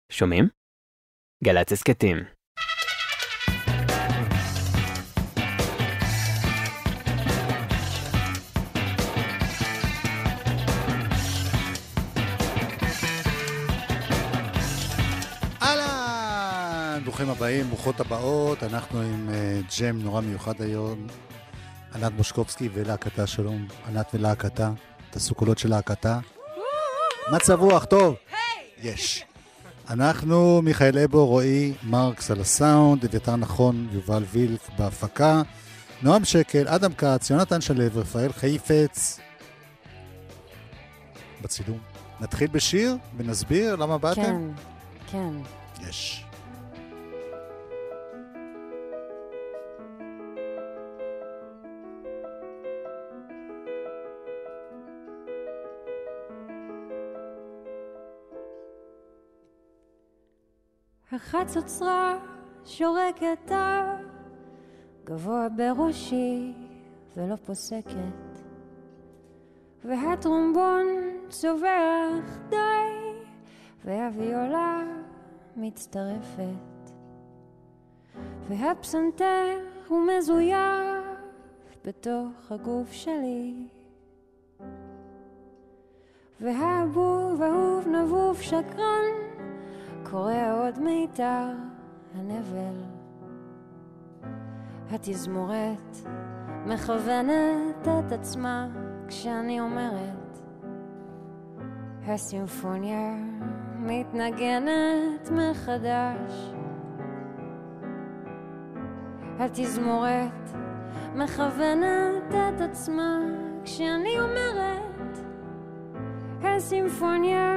שומעים? גל"צ הסכתים. אהלן, ברוכים הבאים, ברוכות הבאות. אנחנו עם ג'ם נורא מיוחד היום. ענת מושקובסקי ולהקתה, שלום. ענת ולהקתה, תעשו קולות של להקתה. מצב רוח טוב. יש. אנחנו מיכאל אבו, רועי מרקס על הסאונד, אביתר נכון, יובל וילק בהפקה, נועם שקל, אדם קץ, יונתן שלו, רפאל חייפץ בצילום. נתחיל בשיר ונסביר למה באתם? כן, כן. יש. החצוצרה שורקת גבוה בראשי ולא פוסקת, והטרומבון צווח די, והוויולה מצטרפת, והפסנתר הוא מזויף בתוך הגוף שלי, והבוב אהוב נבוב שקרן קורא עוד מיתר הנבל. התזמורת מכוונת את עצמה כשאני אומרת, הסימפוניה מתנגנת מחדש. התזמורת מכוונת את עצמה כשאני אומרת, הסימפוניה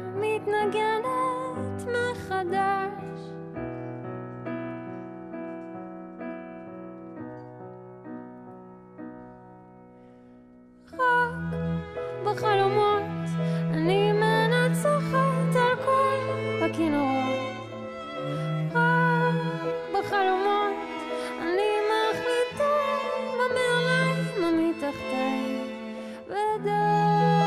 מתנגנת מחדש. רק בחלומות אני מנצחת על כל הכינורות, רק בחלומות אני מחליטה מה מעליי מה מתחתיי, ודי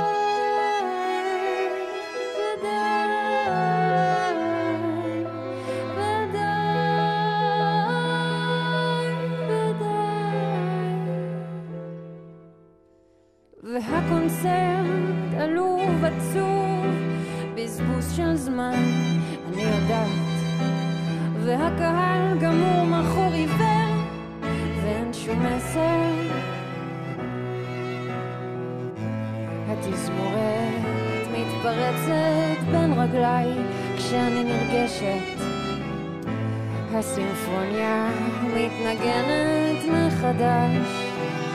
והקונצרט עלוב עצוב, בזבוז של זמן, אני יודעת, והקהל גמור מחור עיוור, ואין שום מסר. התזמורת מתפרצת בין רגליי כשאני נרגשת, הסימפוניה מתנגנת מחדש.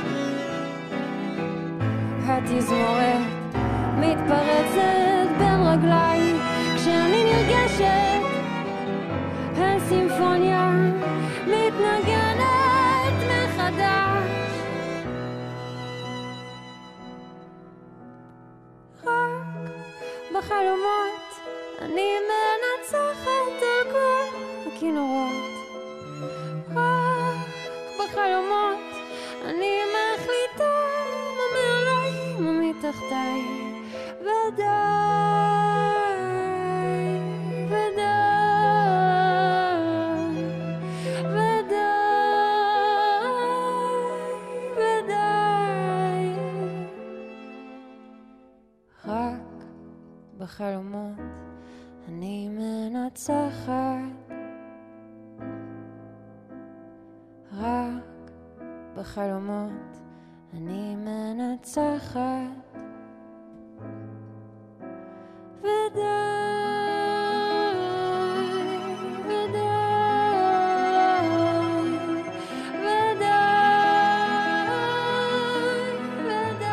התזמורת מתפרצת בין רגליי כשאני נרגשת, הסימפוניה מתנגנת מחדש. רק בחלומות אני מנצחת על כל הכינורות, רק בחלומות אני מחליטה מתחתיי, ודי, ודי, ודי, ודי. רק בחלומות אני מנצחת, רק בחלומות אני מנצחת, ודי, ודי, ודי, ודי,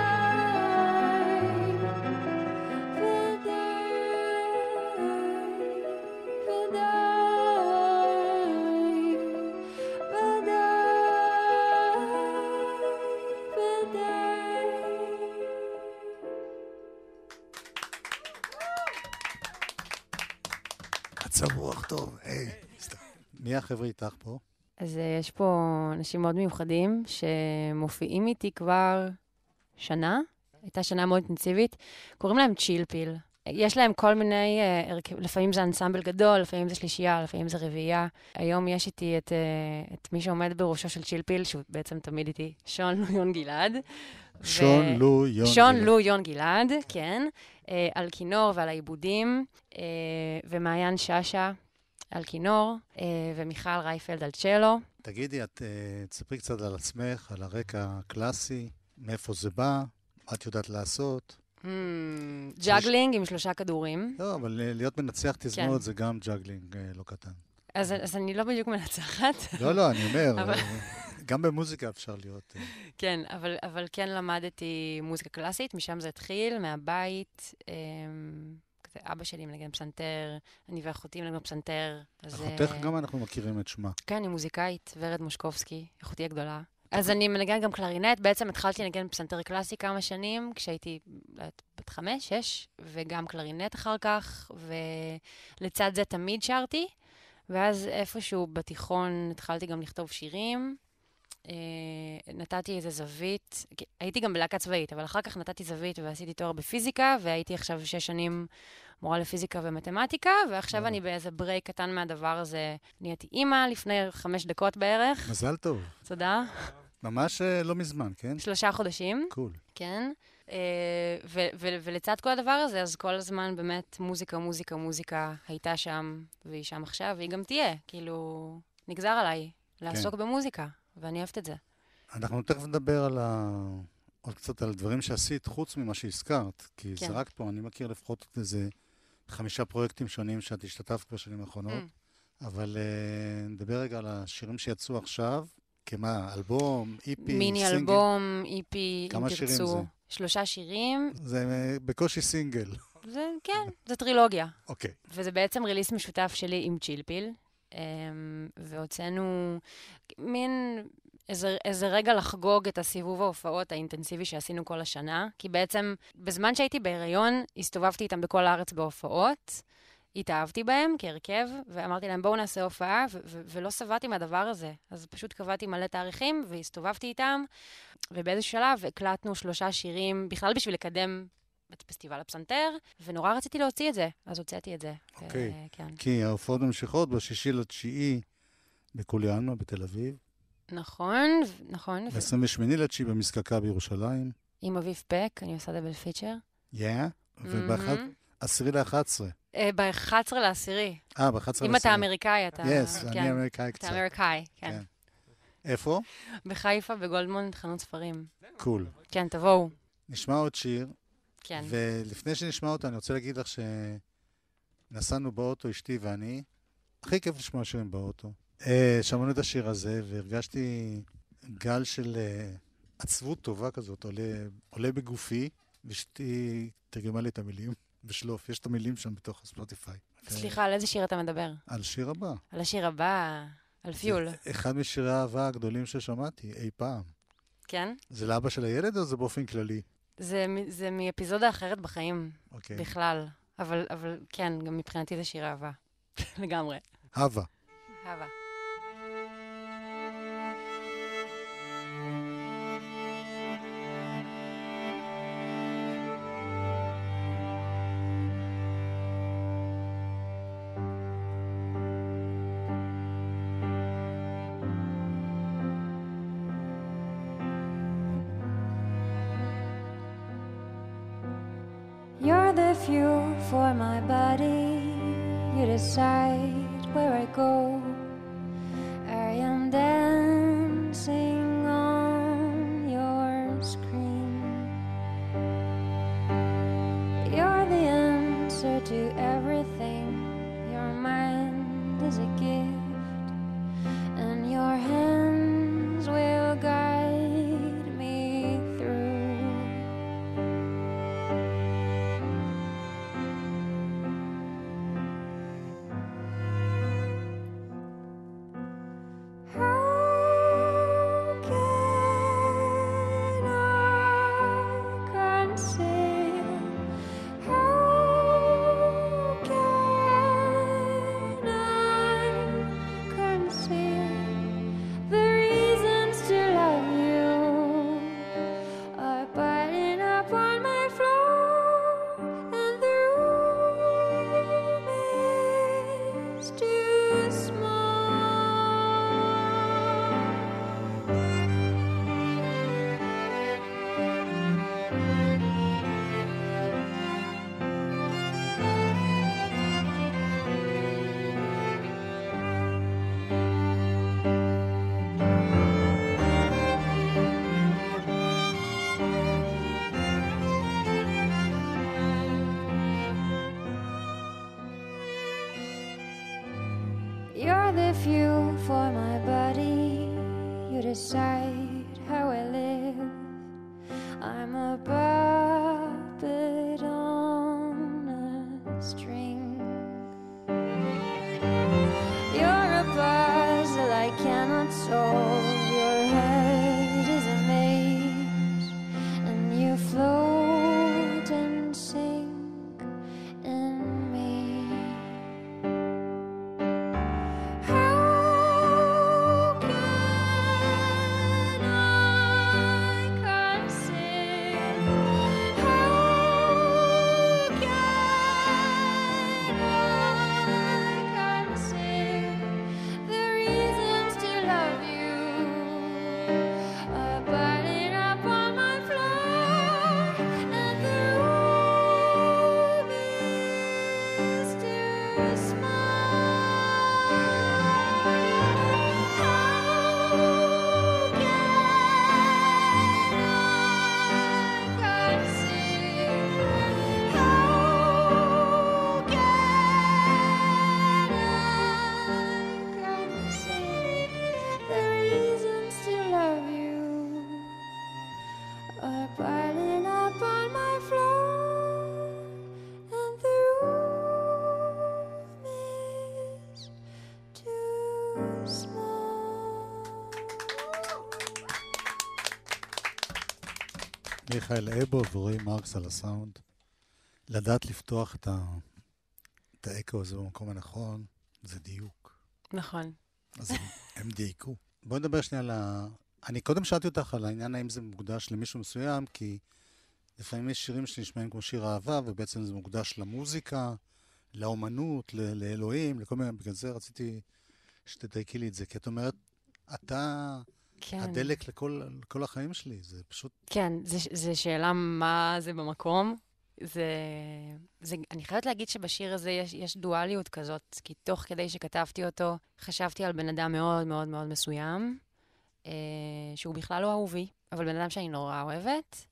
מצב רוח טוב. מי החבר'ה איתך פה? אז יש פה אנשים מאוד מיוחדים שמופיעים איתי כבר שנה. הייתה שנה מאוד אינטנסיבית. קוראים להם צ'ילפיל. יש להם כל מיני, לפעמים זה אנסמבל גדול, לפעמים זה שלישייה, לפעמים זה רביעייה. היום יש איתי את מי שעומד בראשו של צ'ילפיל, שהוא בעצם תמיד איתי, שון לויון גלעד. שון לויון גלעד, כן. על כינור ועל העיבודים, ומעיין ששה על כינור, ומיכל רייפלד על צ'לו. תגידי, את תספרי קצת על עצמך, על הרקע הקלאסי, מאיפה זה בא, מה את יודעת לעשות? ג'אגלינג עם 3 כדורים. לא, אבל להיות מנצח תזמורת זה גם ג'אגלינג לא קטן. אז אני לא בדיוק מנצחת. לא, אני אומר, גם במוזיקה אפשר להיות... כן, אבל כן למדתי מוזיקה קלאסית, משם זה התחיל, מהבית. אבא שלי מנגן פסנתר, אני ואחותי מנגן פסנתר. אחותך גם אנחנו מכירים את שמה. כן, היא מוזיקאית, ורד מושקובסקי, אחותי הגדולה. אז אני מנגן גם קלרינט, בעצם התחלתי לנגן פסנתר קלאסי כמה שנים, כשהייתי בת 5, 6, וגם קלרינט אחר כך, ולצד זה תמיד שרתי, ואז איפשהו בתיכון התחלתי גם לכתוב שירים, נתתי איזה זווית, הייתי גם בלהקה צבאית, אבל אחר כך נתתי זווית ועשיתי תואר בפיזיקה, והייתי עכשיו 6 שנים מורה לפיזיקה ומתמטיקה, ועכשיו אני באיזה ברייק קטן מהדבר הזה. נהייתי אימא לפני 5 דקות בערך. מזל טוב. תודה. ממש לא מזמן, כן? 3 חודשים. קול. כן. ולצד כל הדבר הזה, אז כל הזמן באמת מוזיקה הייתה שם, והיא שם עכשיו, והיא גם תהיה. כאילו, נגזר עליי לעסוק במוזיקה, ואני אוהבת את זה. אנחנו תכף נדבר עוד קצת על דברים שעשית, חוץ ממה שהזכרת, כי זרקת פה, אני מכיר לפחות איזה 5 פרויקטים שונים שאת השתתפת בשנים האחרונות, אבל נדבר רגע על השירים שיצאו עכשיו, כמה, אלבום, איפי, מיני אלבום, איפי, כמה אם שירים תרצו. זה? 3 שירים. זה בקושי סינגל. כן, זה טרילוגיה. אוקיי. וזה בעצם ריליס משותף שלי עם צ'ילפיל, והוצאנו מין איזה רגע לחגוג את הסיבוב ההופעות האינטנסיבי שעשינו כל השנה, כי בעצם בזמן שהייתי בהיריון, הסתובבתי איתם בכל הארץ בהופעות, התאהבתי בהם כהרכב, ואמרתי להם בואו נעשה הופעה, ולא סבעתי מהדבר הזה. אז פשוט קבעתי מלא תאריכים, והסתובבתי איתם, ובאיזשהו שלב הקלטנו 3 שירים, בכלל בשביל לקדם את פסטיבל הפסנתר, ונורא רציתי להוציא את זה, אז הוצאתי את זה. אוקיי, כן. כי ההופעות ממשיכות ב6-9 בקולי עלמה בתל אביב. נכון. ב28-9 במזקקה בירושלים. עם אביב פק, אני עושה דאבל פיצ'ר. וב-10/11. ב-11 לעשירי. ב-11/10. אם אתה אמריקאי, אתה... אני אמריקאי קצת. אתה אמריקאי, כן. איפה? בחיפה, בגולדמונד, חנות ספרים. קול. כן, תבואו. נשמע עוד שיר. כן. ולפני שנשמע אותה, אני רוצה להגיד לך שנסענו באוטו, אשתי ואני. הכי כיף לשמוע שירים באוטו. שמענו את השיר הזה, והרגשתי גל של עצבות טובה כזאת, עולה בגופי, ואשתי תרגמה לי את המילים בשלוף. יש את המילים שם בתוך הספוטיפיי. סליחה, על איזה שיר אתה מדבר? על שיר הבא. על השיר הבא, על פיול. זה אחד משירי האהבה הגדולים ששמעתי אי פעם. כן? זה לאבא של הילד או זה באופן כללי? זה מאפיזודה אחרת בחיים, אוקיי. בכלל. אבל כן, גם מבחינתי זה שיר אהבה. לגמרי. אהבה. אהבה. You're the fuel for my body. You decide where I go. I am dancing on your screen. You're the answer to everything. Your mind is a gift, and your hands will guide me through. You're the fuel for my body. You decide how I live. I'm a puppet on a string. You're a puzzle I cannot solve. Your head is a maze, and you float and sink in me. How can I conceal? How can I conceal the reasons to love you? Burning up on my floor, and the room is too small. How can I conceal? How can I conceal the reasons to love you? Are piling up on my floor, and the room is too small. מיכאל אבו ורועי מרקס על הסאונד. לדעת לפתוח את האקו הזה במקום הנכון, זה דיוק. נכון. אז הם דייקו. בואי נדבר שנייה על אני קודם שאלתי אותך על העניין האם זה מוקדש למישהו מסוים, כי לפעמים יש שירים שנשמעים כמו שיר אהבה, ובעצם זה מוקדש למוזיקה, לאומנות, לאלוהים, לכל מיני, בגלל זה רציתי שתדייקי לי את זה, כי את אומרת, אתה כן. הדלק לכל החיים שלי, זה פשוט... כן, זה שאלה מה זה במקום. אני חייבת להגיד שבשיר הזה יש דואליות כזאת, כי תוך כדי שכתבתי אותו, חשבתי על בן אדם מאוד מאוד מאוד מסוים, שהוא בכלל לא אהובי, אבל בן אדם שאני נורא אוהבת,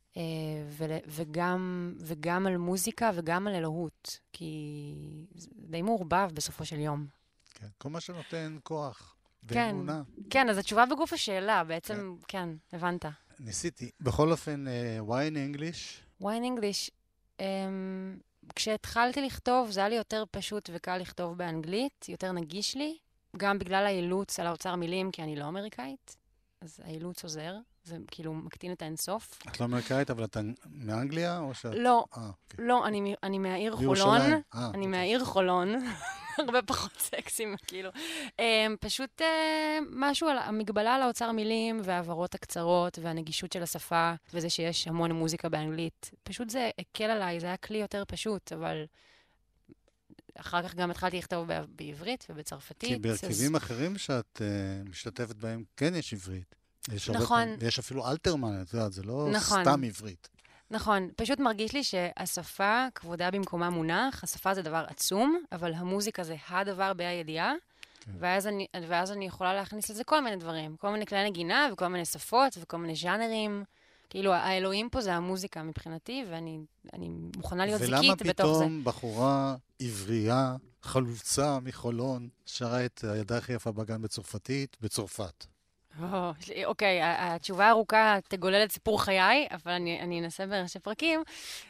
וגם על מוזיקה וגם על אלוהות, כי זה די מעורבב בסופו של יום. כן, כל מה שנותן כוח כן, ואמונה. כן, אז התשובה בגוף השאלה, בעצם, כן, הבנת. ניסיתי. בכל אופן, why in English? why in English? כשהתחלתי לכתוב, זה היה לי יותר פשוט וקל לכתוב באנגלית, יותר נגיש לי, גם בגלל האילוץ על האוצר מילים, כי אני לא אמריקאית, אז האילוץ עוזר, זה כאילו מקטין את האינסוף. את לא אמריקאית, אבל אתה מאנגליה או שאת... לא, אוקיי. לא, אני מהעיר חולון. בירושלים. אני מהעיר חולון. הרבה פחות סקסים, כאילו. פשוט משהו על המגבלה על האוצר מילים והעברות הקצרות והנגישות של השפה, וזה שיש המון מוזיקה באנגלית. פשוט זה הקל עליי, זה היה כלי יותר פשוט, אבל אחר כך גם התחלתי לכתוב בעברית ובצרפתית. כי בהרכבים אחרים שאת משתתפת בהם, כן יש עברית. נכון. יש אפילו אלתרמן, את יודעת, זה לא נכון. סתם עברית. נכון, פשוט מרגיש לי שהשפה, כבודה במקומה מונח, השפה זה דבר עצום, אבל המוזיקה זה הדבר בהידיעה, כן. ואז אני יכולה להכניס לזה כל מיני דברים, כל מיני כלי נגינה וכל מיני שפות וכל מיני ז'אנרים. כאילו, האלוהים פה זה המוזיקה מבחינתי, ואני מוכנה להיות זיקית בתוך זה. ולמה פתאום בחורה עברייה, חלוצה מחולון, שרה את הידה הכי יפה בגן בצרפתית, בצרפת? אוקיי, התשובה הארוכה תגולל את סיפור חיי, אבל אני אנסה בראשי פרקים.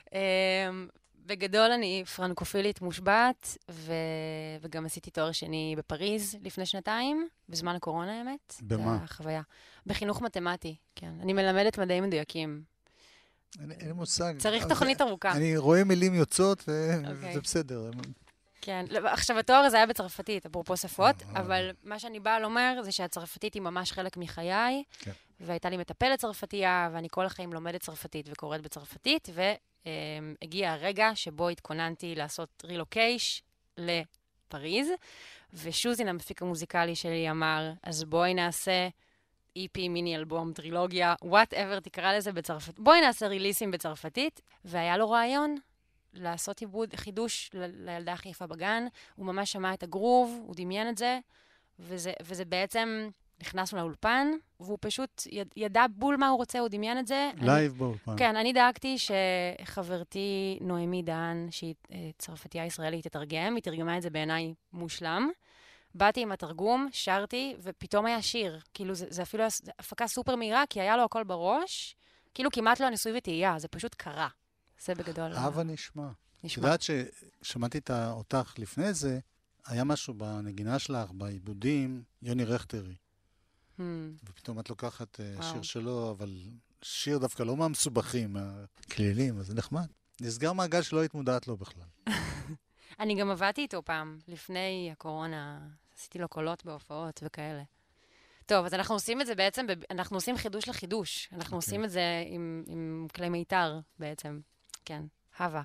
בגדול אני פרנקופילית מושבעת, וגם עשיתי תואר שני בפריז לפני 2 בזמן הקורונה האמת. במה? זה החוויה. בחינוך מתמטי, כן. אני מלמדת מדעים מדויקים. אין לי מושג. צריך תוכנית ארוכה. אני רואה מילים יוצאות וזה בסדר. כן, עכשיו התואר הזה היה בצרפתית, אפרופו שפות, אבל מה שאני באה לומר זה שהצרפתית היא ממש חלק מחיי, והייתה לי מטפלת צרפתייה, ואני כל החיים לומדת צרפתית וקוראת בצרפתית, והגיע הרגע שבו התכוננתי לעשות רילוקייש לפריז, ושוזין, המפיק המוזיקלי שלי, אמר, אז בואי נעשה EP, מיני אלבום, טרילוגיה, whatever תקרא לזה בצרפתית, בואי נעשה ריליסים בצרפתית, והיה לו רעיון לעשות עיבוד, חידוש לילדה הכי יפה בגן, הוא ממש שמע את הגרוב, הוא דמיין את זה, וזה בעצם, נכנסנו לאולפן, והוא פשוט ידע בול מה הוא רוצה, הוא דמיין את זה. לייב באולפן. כן, אני דאגתי שחברתי נועמי דהן, שהיא צרפתייה ישראלית, תתרגם, היא תרגמה את זה בעיניי מושלם, באתי עם התרגום, שרתי, ופתאום היה שיר. כאילו, זה אפילו הפקה סופר מהירה, כי היה לו הכל בראש. כאילו, כמעט לא ניסוי וטעייה, זה פשוט קרה. זה בגדול. הבה נשמע. נשמע. יודעת ששמעתי אותך לפני זה, היה משהו בנגינה שלך, בעיבודים, יוני רכטרי. ופתאום את לוקחת שיר שלו, אבל שיר דווקא לא מהמסובכים, מהכלילים, אז זה נחמד. נסגר מעגל שלא היית מודעת לו בכלל. אני גם עבדתי איתו פעם, לפני הקורונה, עשיתי לו קולות בהופעות וכאלה. טוב, אז אנחנו עושים את זה בעצם, אנחנו עושים חידוש לחידוש. אנחנו עושים את זה עם כלי מיתר בעצם. כן, הווה.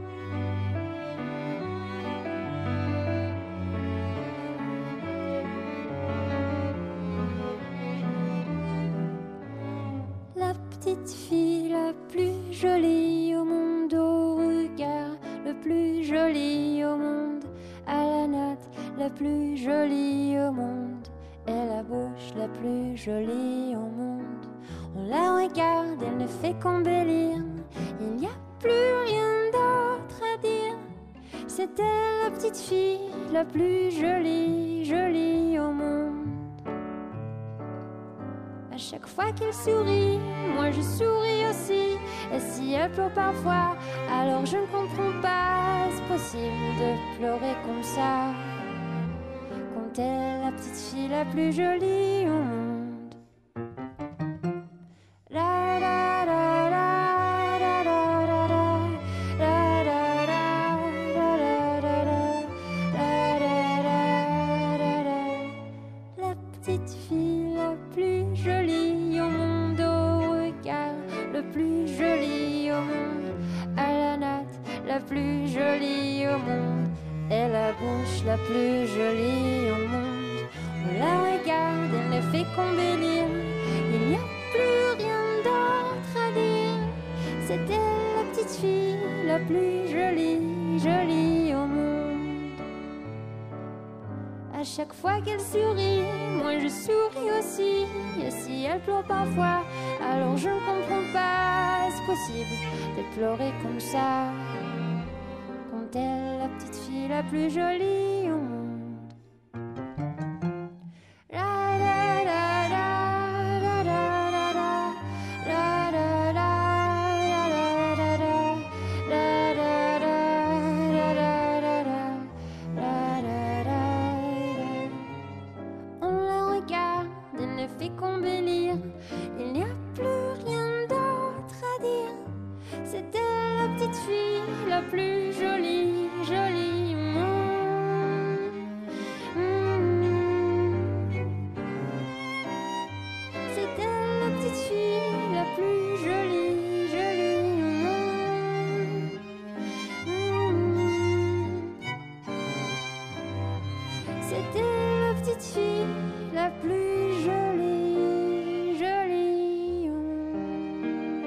La petite fille la plus jolie au monde, au regard le plus joli au monde, à la natte la plus jolie au monde, et la bouche la plus jolie au monde. On la regarde, elle ne fait qu'embellir, il n'y a plus rien d'autre à dire. C'était la petite fille la plus jolie, jolie au monde. À chaque fois qu'elle sourit, moi je souris aussi. Et si elle pleure parfois, alors je ne comprends pas. C'est possible de pleurer comme ça quand elle est la petite fille la plus jolie au monde. La la la la la la la la la la la la la la la. La petite fille la plus jolie au monde, au regard le plus joli au monde, à la natte la plus jolie au monde, et la bouche la plus jolie au monde. On la regarde, elle ne fait qu'embellir, il n'y a plus rien d'autre à dire. C'était la petite fille la plus jolie, jolie au monde. À chaque fois qu'elle sourit, moi je souris aussi. Et si elle pleure parfois, alors je ne comprends pas. C'est possible de pleurer comme ça quand elle est la petite fille la plus jolie au monde. La la la la la la la la la la la la la la. On la regarde, elle ne fait qu'embellir, il n'y a plus rien d'autre à dire. C'était la petite fille la plus jolie, jolie au monde. C'était la petite fille la plus jolie, jolie au monde. C'était la petite fille la plus jolie, jolie au monde.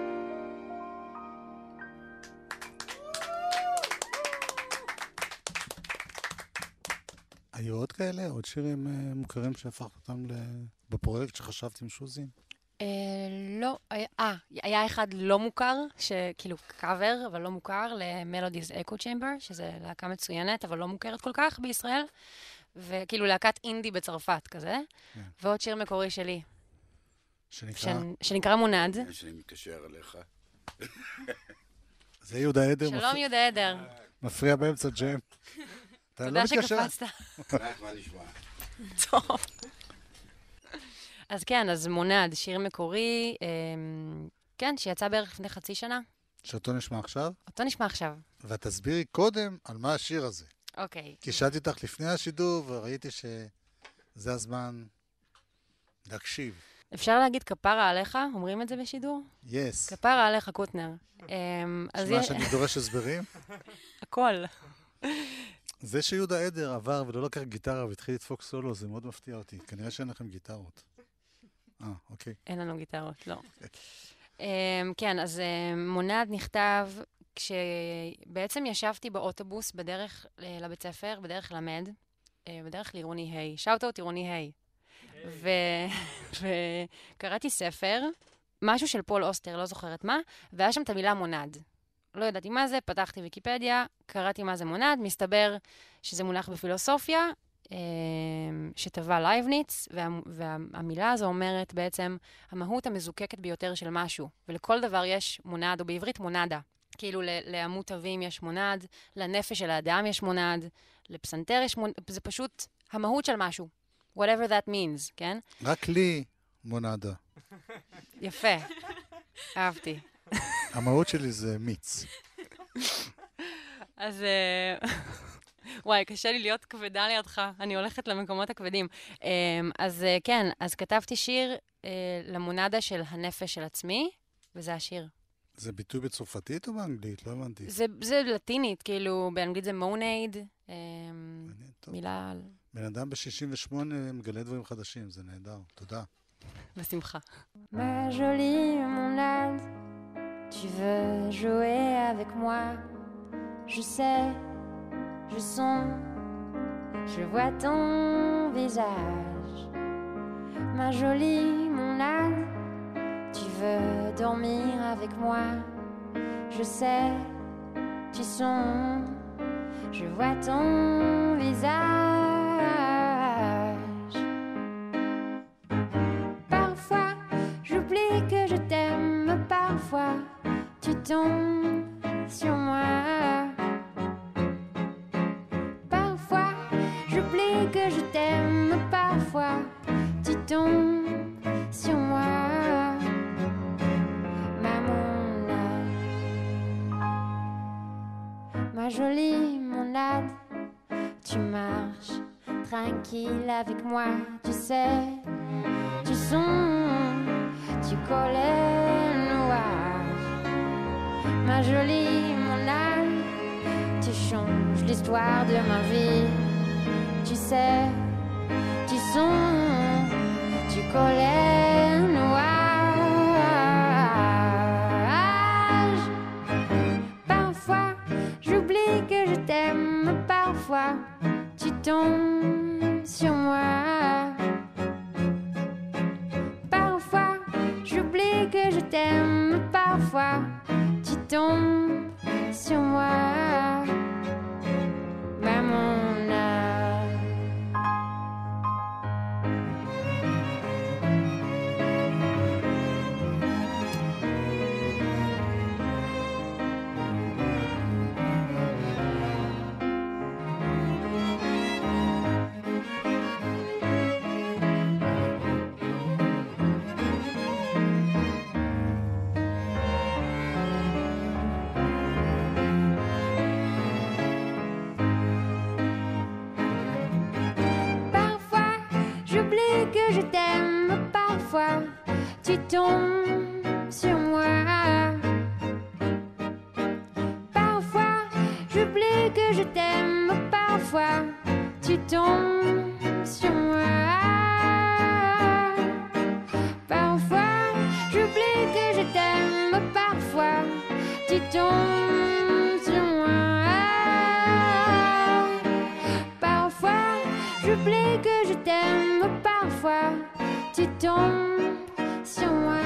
היו עוד כאלה? עוד שירים מוכרים שהפכת אותם בפרויקט שחשבתי עם שוזין? לא, היה אחד לא מוכר, שכאילו קאבר, אבל לא מוכר, למלודיז אקו צ'יימבר, שזה להקה מצוינת, אבל לא מוכרת כל כך בישראל, וכאילו להקת אינדי בצרפת כזה, ועוד שיר מקורי שלי, שנקרא מונד. שאני מתקשר אליך. זה יהודה עדר. שלום יהודה עדר. מפריע באמצע ג'ם. תודה שקפצת. מה נשמע? טוב. אז כן, אז מונד, שיר מקורי, כן, שיצא בערך לפני חצי שנה. שאותו נשמע עכשיו? אותו נשמע עכשיו. ותסבירי קודם על מה השיר הזה. אוקיי. כי שאלתי אותך לפני השידור, וראיתי שזה הזמן להקשיב. אפשר להגיד כפרה עליך? אומרים את זה בשידור? יס. כפרה עליך, קוטנר. שמע שאני דורש הסברים? הכל. זה שיהודה עדר עבר ולא לקח גיטרה והתחיל לדפוק סולו, זה מאוד מפתיע אותי. כנראה שאין לכם גיטרות. אוקיי. אין לנו גיטרות, לא. כן, אז מונד נכתב כשבעצם ישבתי באוטובוס בדרך לבית ספר, בדרך למד, בדרך לעירוני היי. שאוט-אוט עירוני היי. וקראתי ספר, משהו של פול אוסטר, לא זוכרת מה, והיה שם את המילה מונד. לא ידעתי מה זה, פתחתי ויקיפדיה, קראתי מה זה מונד, מסתבר שזה מונח בפילוסופיה, שטבע לייבניץ, והמילה הזו אומרת בעצם המהות המזוקקת ביותר של משהו, ולכל דבר יש מונד, או בעברית מונדה. כאילו לעמוד תווים יש מונד, לנפש של האדם יש מונד, לפסנתר יש מונד, זה פשוט המהות של משהו. whatever that means, כן? רק לי מונדה. יפה. אהבתי. המהות שלי זה מיץ. אז וואי, קשה לי להיות כבדה לידך, אני הולכת למקומות הכבדים. אז כן, אז כתבתי שיר למונדה של הנפש של עצמי, וזה השיר. זה ביטוי בצרפתית או באנגלית? לא הבנתי. זה לטינית, כאילו, באנגלית זה מונייד, טוב. מילה... בן אדם ב-68 מגלה דברים חדשים, זה נהדר. תודה. בשמחה. Ma jolie monade, tu veux jouer avec moi? Je sais, je sens, je vois ton visage. Ma jolie monade, tu veux dormir avec moi? Je sais, tu sens, je vois ton visage. Parfois, j'oublie que je t'aime, parfois, tu tombes sur moi. Parfois, j'oublie que je t'aime, parfois, tu tombes sur moi. Ma jolie monade, tu marches tranquille avec moi, tu sais, tu sens, tu collais noir. Ma jolie monade, tu changes l'histoire de ma vie, tu sais, tu sens, tu collais noir. Parfois, tu tombes sur moi. Parfois, j'oublie que je t'aime. Parfois, tu tombes sur moi. Maman. Que je t'aime, parfois tu tombes sur moi. Parfois j'oublie que je t'aime, parfois tu tombes sur moi. Parfois j'oublie que je t'aime, parfois tu tombes sur moi. Parfois j'oublie que je t'aime, parfois tu tombes sur moi.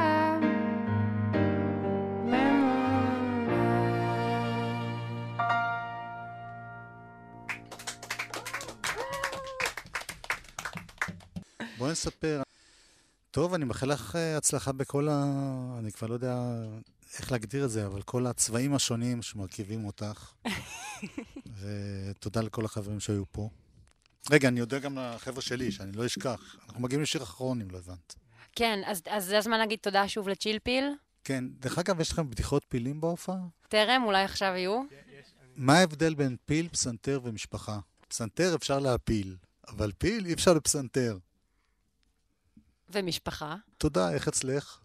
בואי נספר. טוב, אני מאחל לך הצלחה בכל אני כבר לא יודע איך להגדיר את זה, אבל כל הצבעים השונים שמרכיבים אותך. ותודה לכל החברים שהיו פה. רגע, אני יודע גם לחבר'ה שלי, שאני לא אשכח. אנחנו מגיעים לשיר אחרון, אם לא הבנת. כן, אז זה הזמן להגיד תודה שוב לצ'יל פיל. כן, דרך אגב, יש לכם בדיחות פילים בהופעה? תרם, אולי עכשיו יהיו. מה ההבדל בין פיל, פסנתר ומשפחה? פסנתר אפשר להפיל, אבל פיל אי אפשר לפסנתר. ומשפחה. תודה, איך אצלך?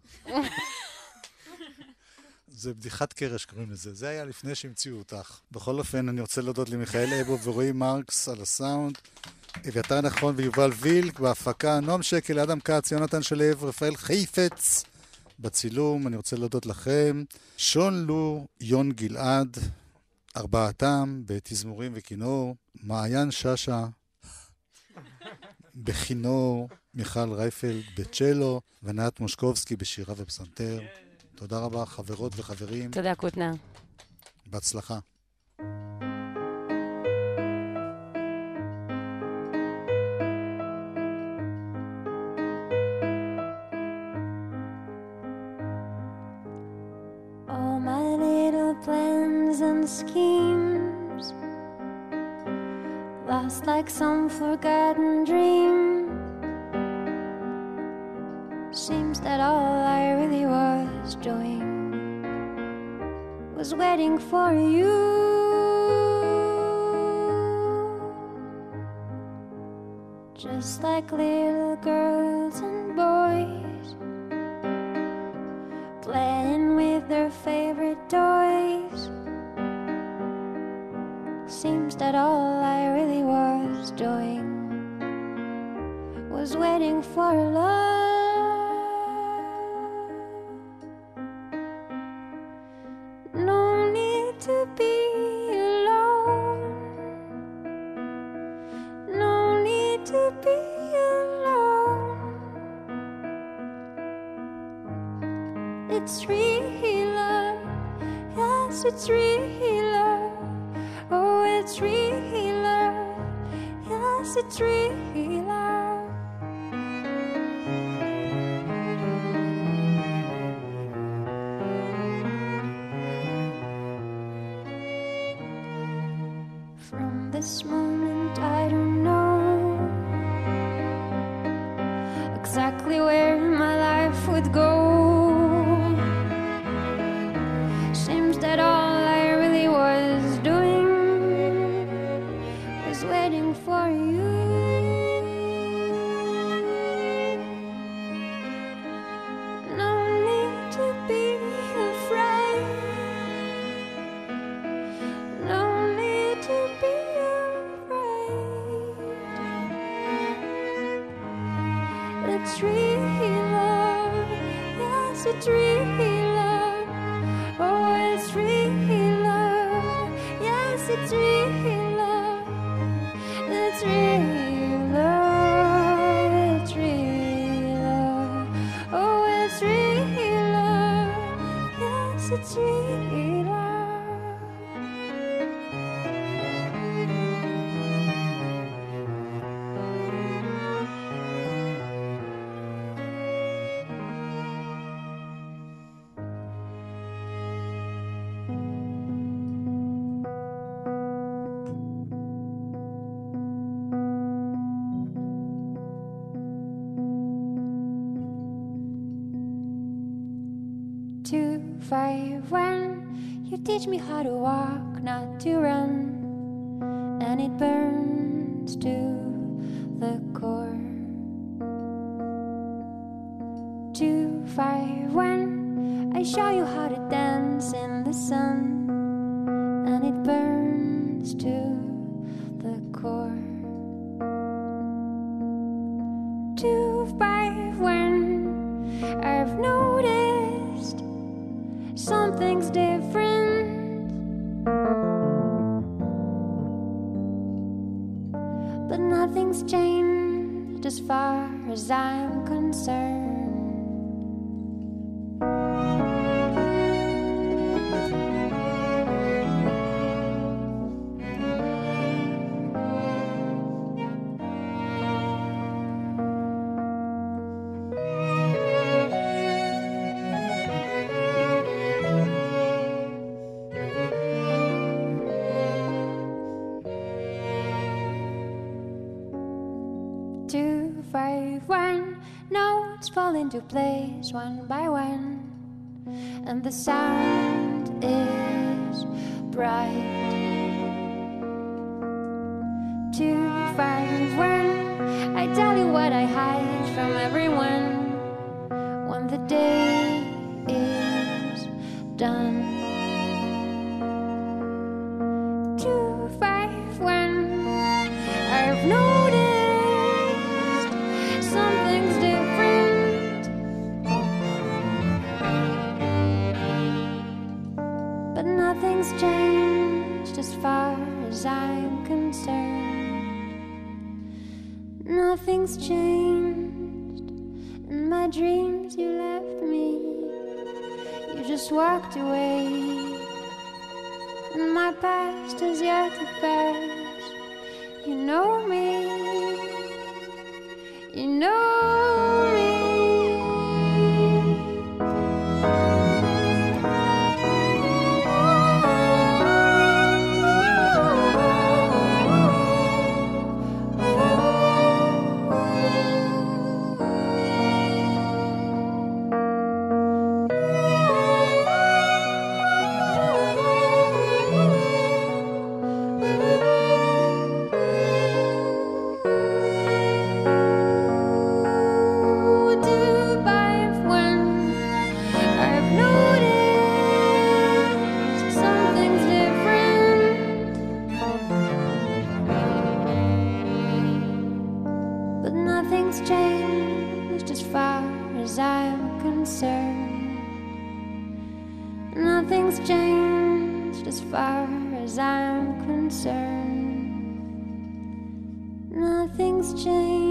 זה בדיחת קרש קוראים לזה. זה היה לפני שהמציאו אותך. בכל אופן, אני רוצה להודות למיכאל אבו ורועי מרקס על הסאונד, אביתר נכון ויובל וילק בהפקה, נועם שקל, אדם כץ, יונתן שלו, רפאל חיפץ בצילום. אני רוצה להודות לכם. שון לו, יון גלעד, ארבעתם בתזמורים וכינור, מעיין ששה בכינור, מיכל רייפלד בצ'לו, ונעת מושקובסקי בשירה ופסנתר. תודה רבה, חברות וחברים. תודה, קוטנר. בהצלחה. schemes, lost like some forgotten dream. Seems that all I really was doing was waiting for you. Just like little girls and boys playing with their favorite toys. Seems that all I really was doing was waiting for love. No need to be alone. No need to be alone. It's real love. Yes, it's real love. Oh, it's real love. Yes, it's real love. From this moment I don't know exactly where my life would go. Seems that all I really was doing was waiting for you. No need to be afraid. No need to be afraid. It's real love. Yes, it's real love. Oh, it's real love. Yes, it's real love. It's real love. It's real love. Oh, it's real love. Yes, it's real love. When you teach me how to walk, not to run, and it burns to the core. 2-5 when I show you how to dance in the sun, and it burns to the core. 2-5 when I've noticed something's different, but nothing's changed as far as I'm concerned. Fall into place one by one, and the sound is bright. 2-5 when I tell you what I hide from everyone, when the day is done. 2-5 when I've noticed something's different, but nothing's changed as far as I'm concerned. Nothing's changed. In my dreams you left me, you just walked away, and my past is yet to pass. You know me, you know me. concerned. Nothing's changed as far as I'm concerned. Nothing's changed.